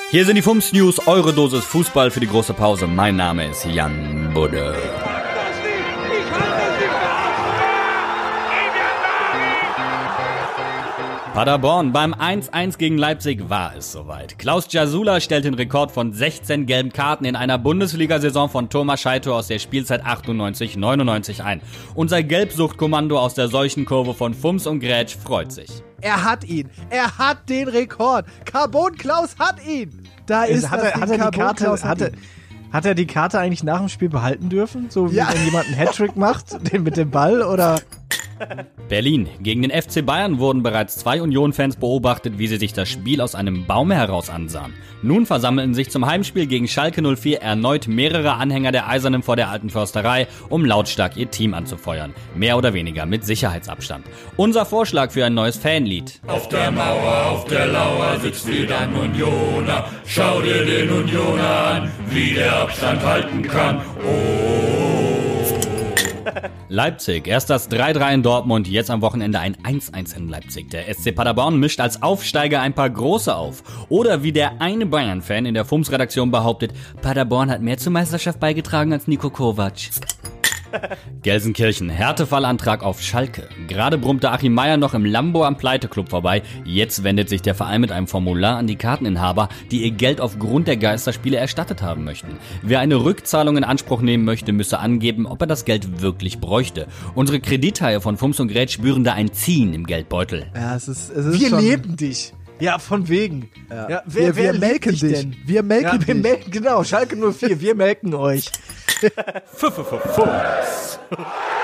Hier sind die FUMS News, eure Dosis Fußball für die große Pause. Mein Name ist Jan Budde. Paderborn, beim 1-1 gegen Leipzig war es soweit. Klaus Jasula stellt den Rekord von 16 gelben Karten in einer Bundesliga-Saison von Thomas Scheito aus der Spielzeit 98/99 ein. Unser Gelbsuchtkommando aus der Seuchenkurve von FUMS und Grätsch freut sich. Er hat ihn. Er hat den Rekord. Carbon Klaus hat ihn. Da ist hat er die Karte eigentlich nach dem Spiel behalten dürfen? So wie wenn jemand einen Hattrick macht, den mit dem Ball oder... Berlin. Gegen den FC Bayern wurden bereits 2 Union-Fans beobachtet, wie sie sich das Spiel aus einem Baum heraus ansahen. Nun versammelten sich zum Heimspiel gegen Schalke 04 erneut mehrere Anhänger der Eisernen vor der Alten Försterei, um lautstark ihr Team anzufeuern. Mehr oder weniger mit Sicherheitsabstand. Unser Vorschlag für ein neues Fanlied. Auf der Mauer, auf der Lauer sitzt wieder ein Unioner. Schau dir den Unioner an, wie der Abstand halten kann. Oh. Leipzig, erst das 3-3 in Dortmund, jetzt am Wochenende ein 1-1 in Leipzig. Der SC Paderborn mischt als Aufsteiger ein paar Große auf. Oder wie der eine Bayern-Fan in der FUMS-Redaktion behauptet, Paderborn hat mehr zur Meisterschaft beigetragen als Niko Kovac. Gelsenkirchen, Härtefallantrag auf Schalke. Gerade brummte Achim Meier noch im Lambo am Pleiteclub vorbei. Jetzt wendet sich der Verein mit einem Formular an die Karteninhaber, die ihr Geld aufgrund der Geisterspiele erstattet haben möchten. Wer eine Rückzahlung in Anspruch nehmen möchte, müsse angeben, ob er das Geld wirklich bräuchte. Unsere Kredithaie von FUMS und Grätsch spüren da ein Ziehen im Geldbeutel. Ja, es ist Wir schon... leben dich. Ja, von wegen. Ja, wir melken dich. Denn? Wir melken dich. Genau, Schalke 04, wir melken euch. FUMS.